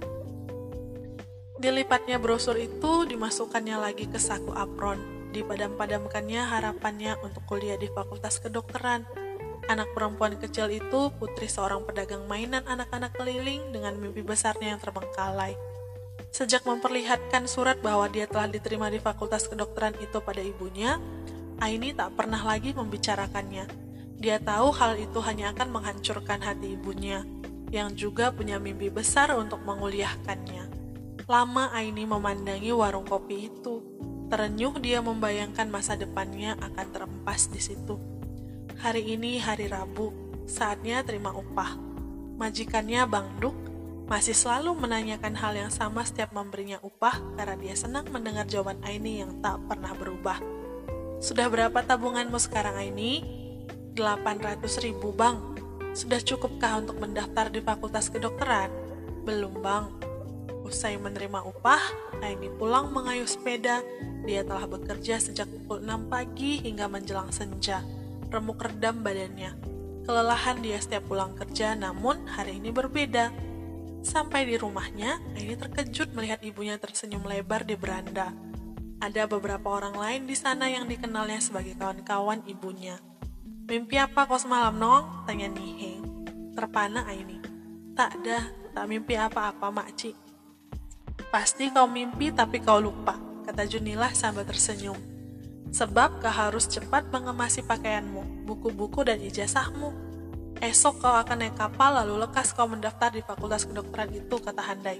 Dilipatnya brosur itu, dimasukkannya lagi ke saku apron. Dipadam-padamkannya harapannya untuk kuliah di fakultas kedokteran. Anak perempuan kecil itu putri seorang pedagang mainan anak-anak keliling dengan mimpi besarnya yang terbengkalai. Sejak memperlihatkan surat bahwa dia telah diterima di fakultas kedokteran itu pada ibunya, Aini tak pernah lagi membicarakannya. Dia tahu hal itu hanya akan menghancurkan hati ibunya, yang juga punya mimpi besar untuk menguliahkannya. Lama Aini memandangi warung kopi itu. Terenyuh dia membayangkan masa depannya akan terempas di situ. Hari ini hari Rabu, saatnya terima upah. Majikannya Bang Duk masih selalu menanyakan hal yang sama setiap memberinya upah karena dia senang mendengar jawaban Aini yang tak pernah berubah. Sudah berapa tabunganmu sekarang Aini? delapan ratus ribu bang. Sudah cukupkah untuk mendaftar di fakultas kedokteran? Belum bang. Usai menerima upah, Aini pulang mengayuh sepeda. Dia telah bekerja sejak pukul enam pagi hingga menjelang senja. Remuk redam badannya. Kelelahan dia setiap pulang kerja, namun hari ini berbeda. Sampai di rumahnya, Aini terkejut melihat ibunya tersenyum lebar di beranda. Ada beberapa orang lain di sana yang dikenalnya sebagai kawan-kawan ibunya. Mimpi apa kau semalam, Nong? Tanya Niheng. Terpana Aini. Tak ada, tak mimpi apa-apa, Makcik. Pasti kau mimpi tapi kau lupa, kata Junilah sambil tersenyum. Sebab kau harus cepat mengemasi pakaianmu, buku-buku dan ijazahmu. Esok kau akan naik kapal lalu lekas kau mendaftar di fakultas kedokteran itu, kata Handai.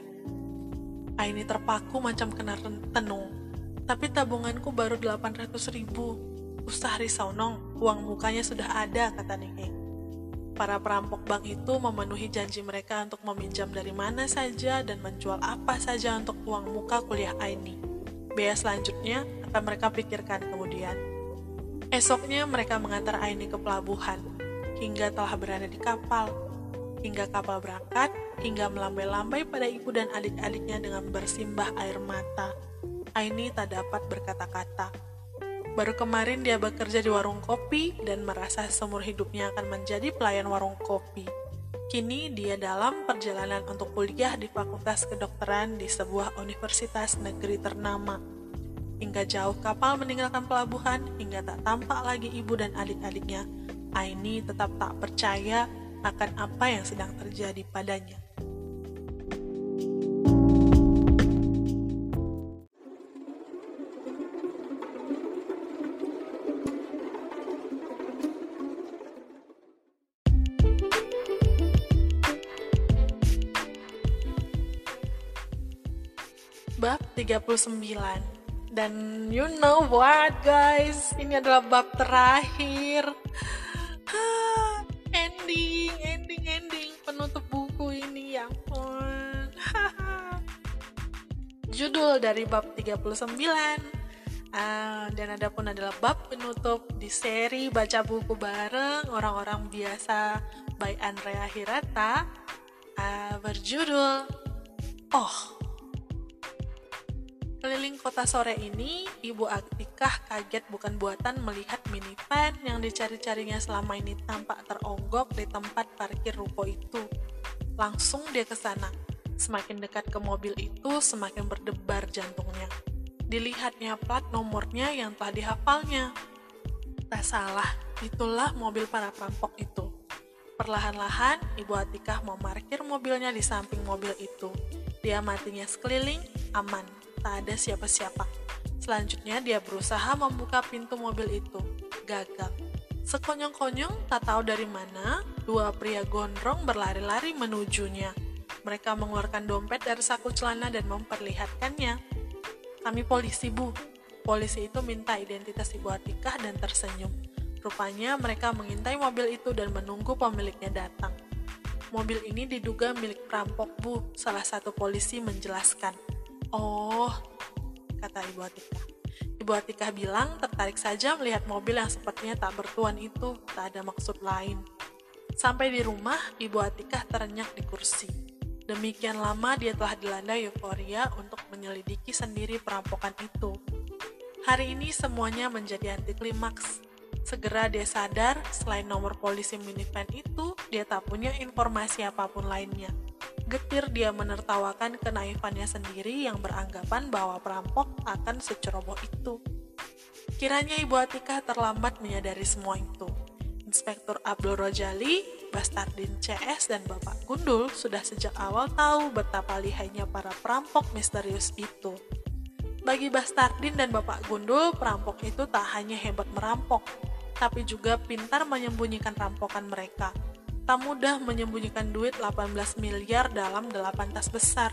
Aini terpaku macam kena tenung. Tapi tabunganku baru delapan ratus ribu. Usah risau Nong, uang mukanya sudah ada, kata Niheng. Para perampok bank itu memenuhi janji mereka untuk meminjam dari mana saja dan menjual apa saja untuk uang muka kuliah Aini. Biaya selanjutnya akan mereka pikirkan kemudian. Esoknya mereka mengantar Aini ke pelabuhan, hingga telah berada di kapal. Hingga kapal berangkat, hingga melambai-lambai pada ibu dan adik-adiknya dengan bersimbah air mata. Aini tak dapat berkata-kata. Baru kemarin dia bekerja di warung kopi dan merasa seumur hidupnya akan menjadi pelayan warung kopi. Kini dia dalam perjalanan untuk kuliah di fakultas kedokteran di sebuah universitas negeri ternama. Hingga jauh kapal meninggalkan pelabuhan, hingga tak tampak lagi ibu dan adik-adiknya, Aini tetap tak percaya akan apa yang sedang terjadi padanya. Bab tiga puluh sembilan. Dan you know what guys, ini adalah bab terakhir. Ha, ending, ending, ending penutup buku ini, ya ampun. Judul dari bab tiga puluh sembilan, uh, dan ada pun adalah bab penutup di seri baca buku bareng orang-orang biasa by Andrea Hirata, uh, berjudul Oh. Keliling kota sore ini, Ibu Atikah kaget bukan buatan melihat minivan yang dicari-carinya selama ini tampak teronggok di tempat parkir ruko itu. Langsung dia ke sana. Semakin dekat ke mobil itu, semakin berdebar jantungnya. Dilihatnya plat nomornya yang telah dihafalnya. Tak salah, itulah mobil para perampok itu. Perlahan-lahan, Ibu Atikah memarkir mobilnya di samping mobil itu. Dia matinya sekeliling, aman. Tak ada siapa-siapa. Selanjutnya dia berusaha membuka pintu mobil itu. Gagal. Sekonyong-konyong, tak tahu dari mana, dua pria gondrong berlari-lari menujunya. Mereka mengeluarkan dompet dari saku celana dan memperlihatkannya. Kami polisi, Bu. Polisi itu minta identitas Ibu Atikah dan tersenyum. Rupanya mereka mengintai mobil itu dan menunggu pemiliknya datang. Mobil ini diduga milik perampok, Bu. Salah satu polisi menjelaskan. Oh, kata Ibu Atikah. Ibu Atikah bilang tertarik saja melihat mobil yang sepertinya tak bertuan itu, tak ada maksud lain. Sampai di rumah, Ibu Atikah terenyak di kursi. Demikian lama dia telah dilanda euforia untuk menyelidiki sendiri perampokan itu. Hari ini semuanya menjadi anti klimaks. Segera dia sadar, selain nomor polisi minivan itu, dia tak punya informasi apapun lainnya. Getir dia menertawakan kenaifannya sendiri yang beranggapan bahwa perampok akan seceroboh itu. Kiranya Ibu Atikah terlambat menyadari semua itu. Inspektur Abdul Rojali, Bastardin C S, dan Bapak Gundul sudah sejak awal tahu betapa lihainya para perampok misterius itu. Bagi Bastardin dan Bapak Gundul, perampok itu tak hanya hebat merampok, tapi juga pintar menyembunyikan rampokan mereka. Tak mudah menyembunyikan duit delapan belas miliar dalam delapan tas besar.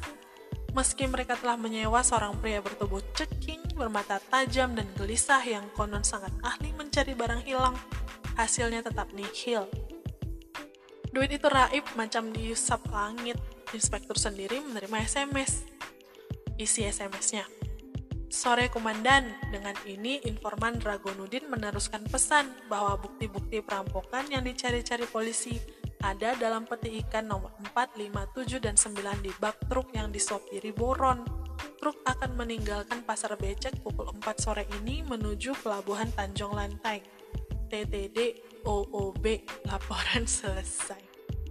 Meski mereka telah menyewa seorang pria bertubuh ceking, bermata tajam dan gelisah yang konon sangat ahli mencari barang hilang, hasilnya tetap nihil. Duit itu raib macam diusap langit. Inspektur sendiri menerima S M S. Isi S M S-nya. Sore Komandan, dengan ini informan Dragonudin meneruskan pesan bahwa bukti-bukti perampokan yang dicari-cari polisi ada dalam peti ikan nomor empat, lima, tujuh, dan sembilan di bak truk yang disopiri Boron. Truk akan meninggalkan pasar becek pukul empat sore ini menuju pelabuhan Tanjung Lanteng. T T D O O B, laporan selesai.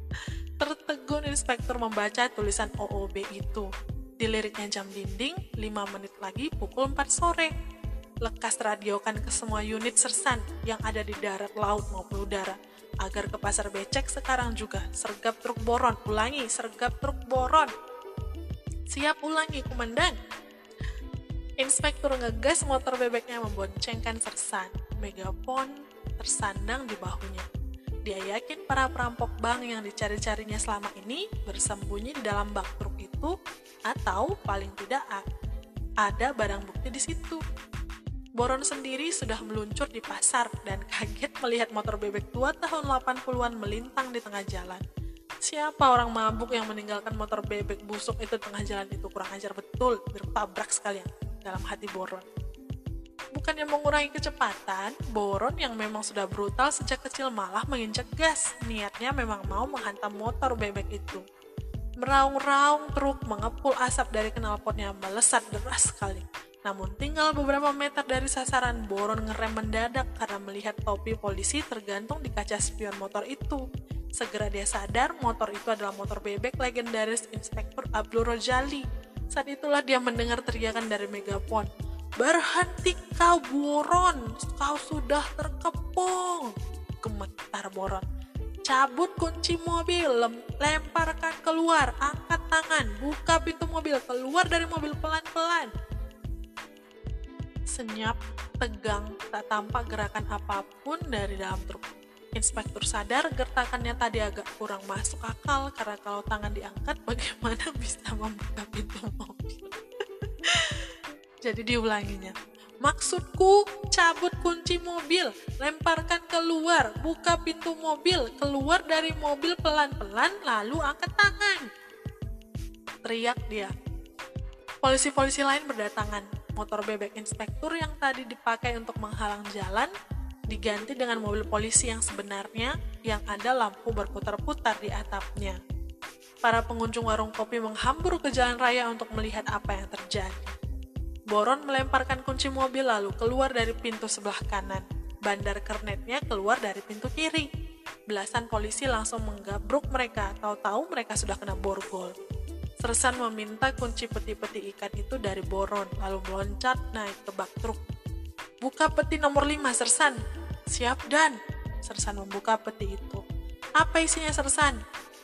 Tertegun inspektur membaca tulisan O O B itu. Diliriknya jam dinding, lima menit lagi pukul empat sore. Lekas radiokan ke semua unit sersan yang ada di darat, laut maupun udara, agar ke pasar becek sekarang juga. Sergap truk Boron, ulangi, sergap truk Boron. Siap, ulangi, Komandan. Inspektur ngegas motor bebeknya memboncengkan sersan. Megapon tersandang di bahunya. Dia yakin para perampok bank yang dicari-carinya selama ini bersembunyi di dalam bak truk itu, atau paling tidak ada barang bukti di situ. Boron sendiri sudah meluncur di pasar dan kaget melihat motor bebek tua tahun delapan puluhan melintang di tengah jalan. Siapa orang mabuk yang meninggalkan motor bebek busuk itu tengah jalan itu? Kurang ajar betul, bertabrak sekalian dalam hati Boron. Bukannya mengurangi kecepatan, Boron yang memang sudah brutal sejak kecil malah menginjak gas. Niatnya memang mau menghantam motor bebek itu. Meraung-raung truk mengepul asap dari knalpotnya melesat deras sekali. Namun tinggal beberapa meter dari sasaran, Boron ngerem mendadak karena melihat topi polisi tergantung di kaca spion motor itu. Segera dia sadar motor itu adalah motor bebek legendaris Inspektur Abdul Rojali. Saat itulah dia mendengar teriakan dari megapon. Berhenti kau, Boron, kau sudah terkepung. Gemetar Boron. Cabut kunci mobil, lemparkan keluar, angkat tangan, buka pintu mobil, keluar dari mobil pelan-pelan. Senyap, tegang, tak tampak gerakan apapun dari dalam truk. Inspektur sadar gertakannya tadi agak kurang masuk akal karena kalau tangan diangkat bagaimana bisa membuka pintu mobil. Jadi diulanginya. Maksudku, cabut kunci mobil, lemparkan keluar, buka pintu mobil, keluar dari mobil pelan-pelan, lalu angkat tangan. Teriak dia. Polisi-polisi lain berdatangan. Motor bebek inspektur yang tadi dipakai untuk menghalang jalan diganti dengan mobil polisi yang sebenarnya yang ada lampu berputar-putar di atapnya. Para pengunjung warung kopi menghambur ke jalan raya untuk melihat apa yang terjadi. Boron melemparkan kunci mobil lalu keluar dari pintu sebelah kanan. Bandar kernetnya keluar dari pintu kiri. Belasan polisi langsung menggabruk mereka, tahu-tahu mereka sudah kena borgol. Sersan meminta kunci peti-peti ikan itu dari Boron, lalu meloncat naik ke bak truk. Buka peti nomor lima, Sersan. Siap, Dan. Sersan membuka peti itu. Apa isinya, Sersan?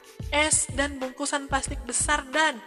Es dan bungkusan plastik besar, Dan.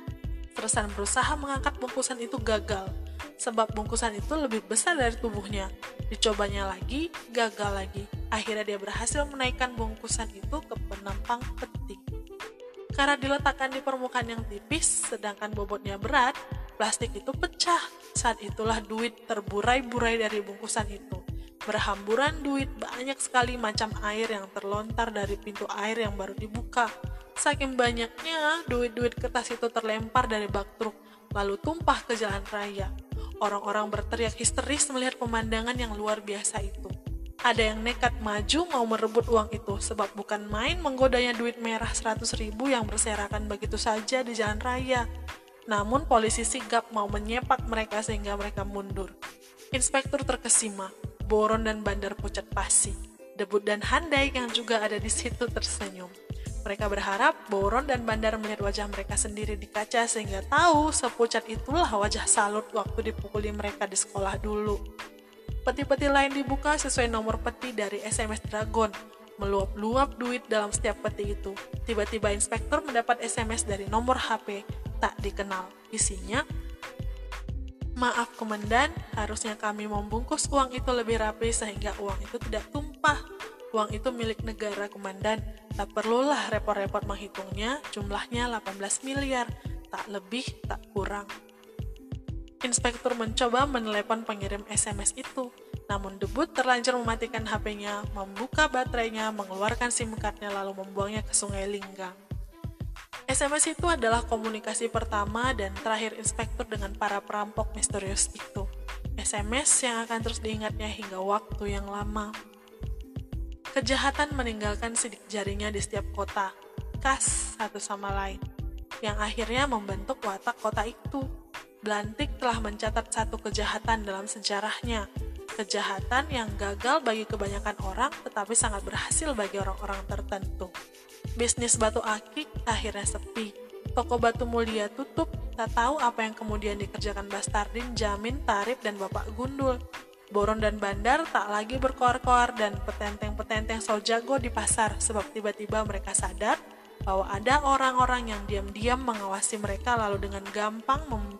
Sersan berusaha mengangkat bungkusan itu gagal, sebab bungkusan itu lebih besar dari tubuhnya. Dicobanya lagi, gagal lagi. Akhirnya dia berhasil menaikkan bungkusan itu ke penampang peti. Karena diletakkan di permukaan yang tipis, sedangkan bobotnya berat, plastik itu pecah. Saat itulah duit terburai-burai dari bungkusan itu. Berhamburan duit, banyak sekali macam air yang terlontar dari pintu air yang baru dibuka. Saking banyaknya, duit-duit kertas itu terlempar dari bak truk, lalu tumpah ke jalan raya. Orang-orang berteriak histeris melihat pemandangan yang luar biasa itu. Ada yang nekat maju mau merebut uang itu, sebab bukan main menggodanya duit merah seratus ribu yang berserakan begitu saja di jalan raya. Namun polisi sigap mau menyepak mereka sehingga mereka mundur. Inspektur terkesima, Boron dan Bandar Pucat Pasi, Debut dan Handai yang juga ada di situ tersenyum. Mereka berharap Boron dan Bandar melihat wajah mereka sendiri di kaca sehingga tahu sepucat itulah wajah Salut waktu dipukuli mereka di sekolah dulu. Peti-peti lain dibuka sesuai nomor peti dari S M S Dragon. Meluap-luap duit dalam setiap peti itu. Tiba-tiba inspektur mendapat S M S dari nomor H P tak dikenal. Isinya, maaf komandan, harusnya kami membungkus uang itu lebih rapi sehingga uang itu tidak tumpah. Uang itu milik negara komandan, tak perlulah repot-repot menghitungnya, jumlahnya delapan belas miliar, tak lebih tak kurang. Inspektur mencoba menelepon pengirim S M S itu, namun Debut terlanjur mematikan H P-nya, membuka baterainya, mengeluarkan SIM card-nya lalu membuangnya ke Sungai Linggang. S M S itu adalah komunikasi pertama dan terakhir inspektur dengan para perampok misterius itu. S M S yang akan terus diingatnya hingga waktu yang lama. Kejahatan meninggalkan sidik jarinya di setiap kota, khas satu sama lain, yang akhirnya membentuk watak kota itu. Blantik telah mencatat satu kejahatan dalam sejarahnya, kejahatan yang gagal bagi kebanyakan orang tetapi sangat berhasil bagi orang-orang tertentu. Bisnis batu akik akhirnya sepi, toko batu mulia tutup, tak tahu apa yang kemudian dikerjakan Bastardin, Jamin, Tarif, dan Bapak Gundul. Boron dan Bandar tak lagi berkoar-koar dan petenteng-petenteng so jago di pasar sebab tiba-tiba mereka sadar bahwa ada orang-orang yang diam-diam mengawasi mereka lalu dengan gampang mem-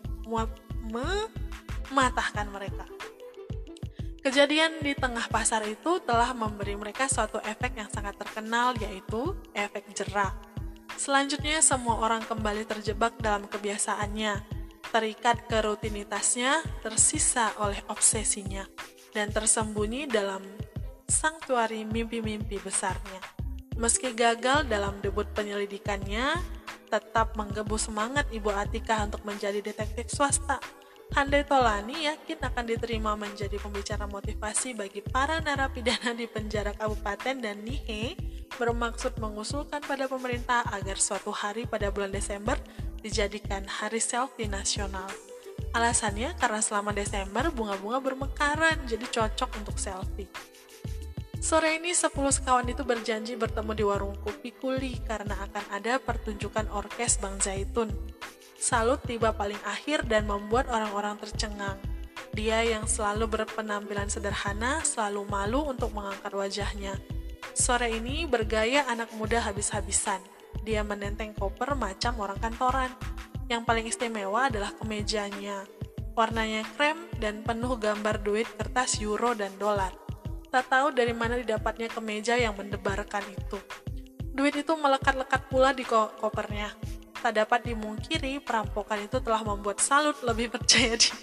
mematahkan mereka. Kejadian di tengah pasar itu telah memberi mereka suatu efek yang sangat terkenal, yaitu efek jera. Selanjutnya semua orang kembali terjebak dalam kebiasaannya, terikat ke rutinitasnya, tersisa oleh obsesinya, dan tersembunyi dalam sanktuari mimpi-mimpi besarnya. Meski gagal dalam debut penyelidikannya, tetap menggebu semangat Ibu Atika untuk menjadi detektif swasta. Handai Tolani yakin akan diterima menjadi pembicara motivasi bagi para narapidana di penjara kabupaten dan Nihe bermaksud mengusulkan pada pemerintah agar suatu hari pada bulan Desember dijadikan Hari Selfie Nasional. Alasannya karena selama Desember bunga-bunga bermekaran, jadi cocok untuk selfie. Sore ini sepuluh sekawan itu berjanji bertemu di warung kopi Kuli karena akan ada pertunjukan orkes Bang Zaitun. Salut tiba paling akhir dan membuat orang-orang tercengang. Dia yang selalu berpenampilan sederhana, selalu malu untuk mengangkat wajahnya. Sore ini bergaya anak muda habis-habisan. Dia menenteng koper macam orang kantoran. Yang paling istimewa adalah kemejanya. Warnanya krem dan penuh gambar duit kertas euro dan dolar. Tak tahu dari mana didapatnya kemeja yang mendebarkan itu. Duit itu melekat-lekat pula di ko- kopernya. Tak dapat dimungkiri, perampokan itu telah membuat Salut lebih percaya diri.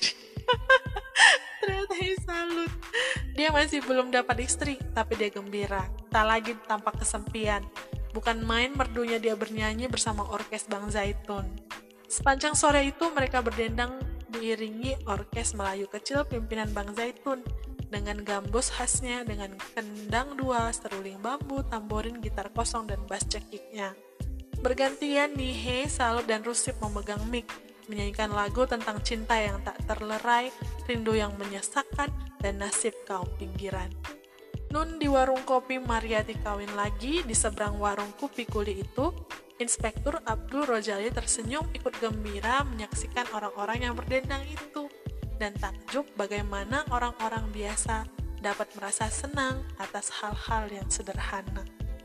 Ternyata dia salut. Dia masih belum dapat istri, tapi dia gembira. Tak lagi tampak kesepian. Bukan main merdunya dia bernyanyi bersama orkes Bang Zaitun. Sepanjang sore itu mereka berdendang diiringi orkes Melayu kecil pimpinan Bang Zaitun dengan gambus khasnya, dengan kendang dua, seruling bambu, tamborin, gitar kosong, dan bass cekiknya. Bergantian Nihe, Salut, dan Rusip memegang mic, menyanyikan lagu tentang cinta yang tak terlerai, rindu yang menyesakkan, dan nasib kaum pinggiran. Nun di warung kopi Mariati kawin lagi, di seberang warung Kupi Kuli itu, Inspektur Abdul Rojali tersenyum ikut gembira menyaksikan orang-orang yang berdendang itu, dan takjub bagaimana orang-orang biasa dapat merasa senang atas hal-hal yang sederhana.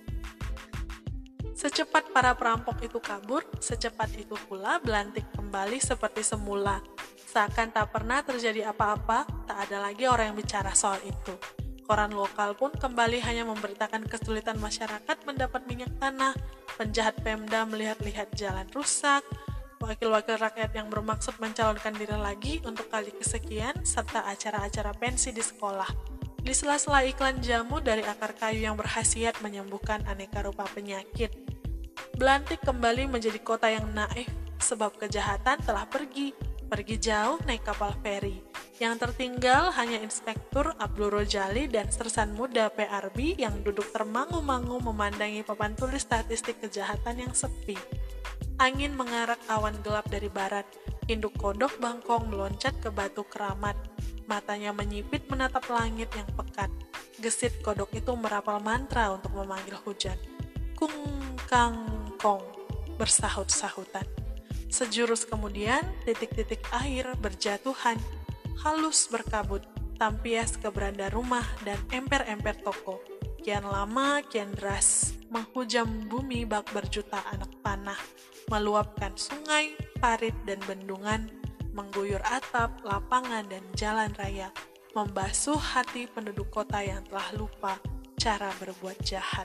Secepat para perampok itu kabur, secepat itu pula Belantik kembali seperti semula. Seakan tak pernah terjadi apa-apa, tak ada lagi orang yang bicara soal itu. Koran lokal pun kembali hanya memberitakan kesulitan masyarakat mendapat minyak tanah, penjahat Pemda melihat-lihat jalan rusak, wakil-wakil rakyat yang bermaksud mencalonkan diri lagi untuk kali kesekian, serta acara-acara pensi di sekolah. Di sela-sela iklan jamu dari akar kayu yang berkhasiat menyembuhkan aneka rupa penyakit. Belantik kembali menjadi kota yang naif, sebab kejahatan telah pergi, pergi jauh naik kapal feri. Yang tertinggal hanya Inspektur Abdul Rojali dan sersan muda P R B yang duduk termangu-mangu memandangi papan tulis statistik kejahatan yang sepi. Angin mengarak awan gelap dari barat, induk kodok bangkong meloncat ke batu keramat. Matanya menyipit menatap langit yang pekat. Gesit kodok itu merapal mantra untuk memanggil hujan. Kung kang kong, bersahut-sahutan. Sejurus kemudian, titik-titik air berjatuhan, halus berkabut, tampias ke beranda rumah dan emper-emper toko. Kian lama, kian deras, menghujam bumi bak berjuta anak panah, meluapkan sungai, parit, dan bendungan, mengguyur atap, lapangan, dan jalan raya, membasuh hati penduduk kota yang telah lupa cara berbuat jahat.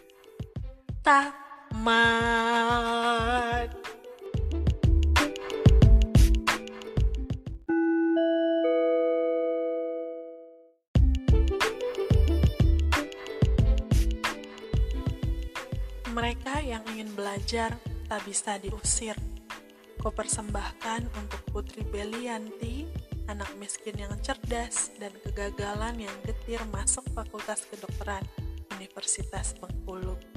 Tamat. Mereka yang ingin belajar tak bisa diusir. Kau persembahkan untuk Putri Belianti, anak miskin yang cerdas dan kegagalan yang getir masuk Fakultas Kedokteran Universitas Bengkulu.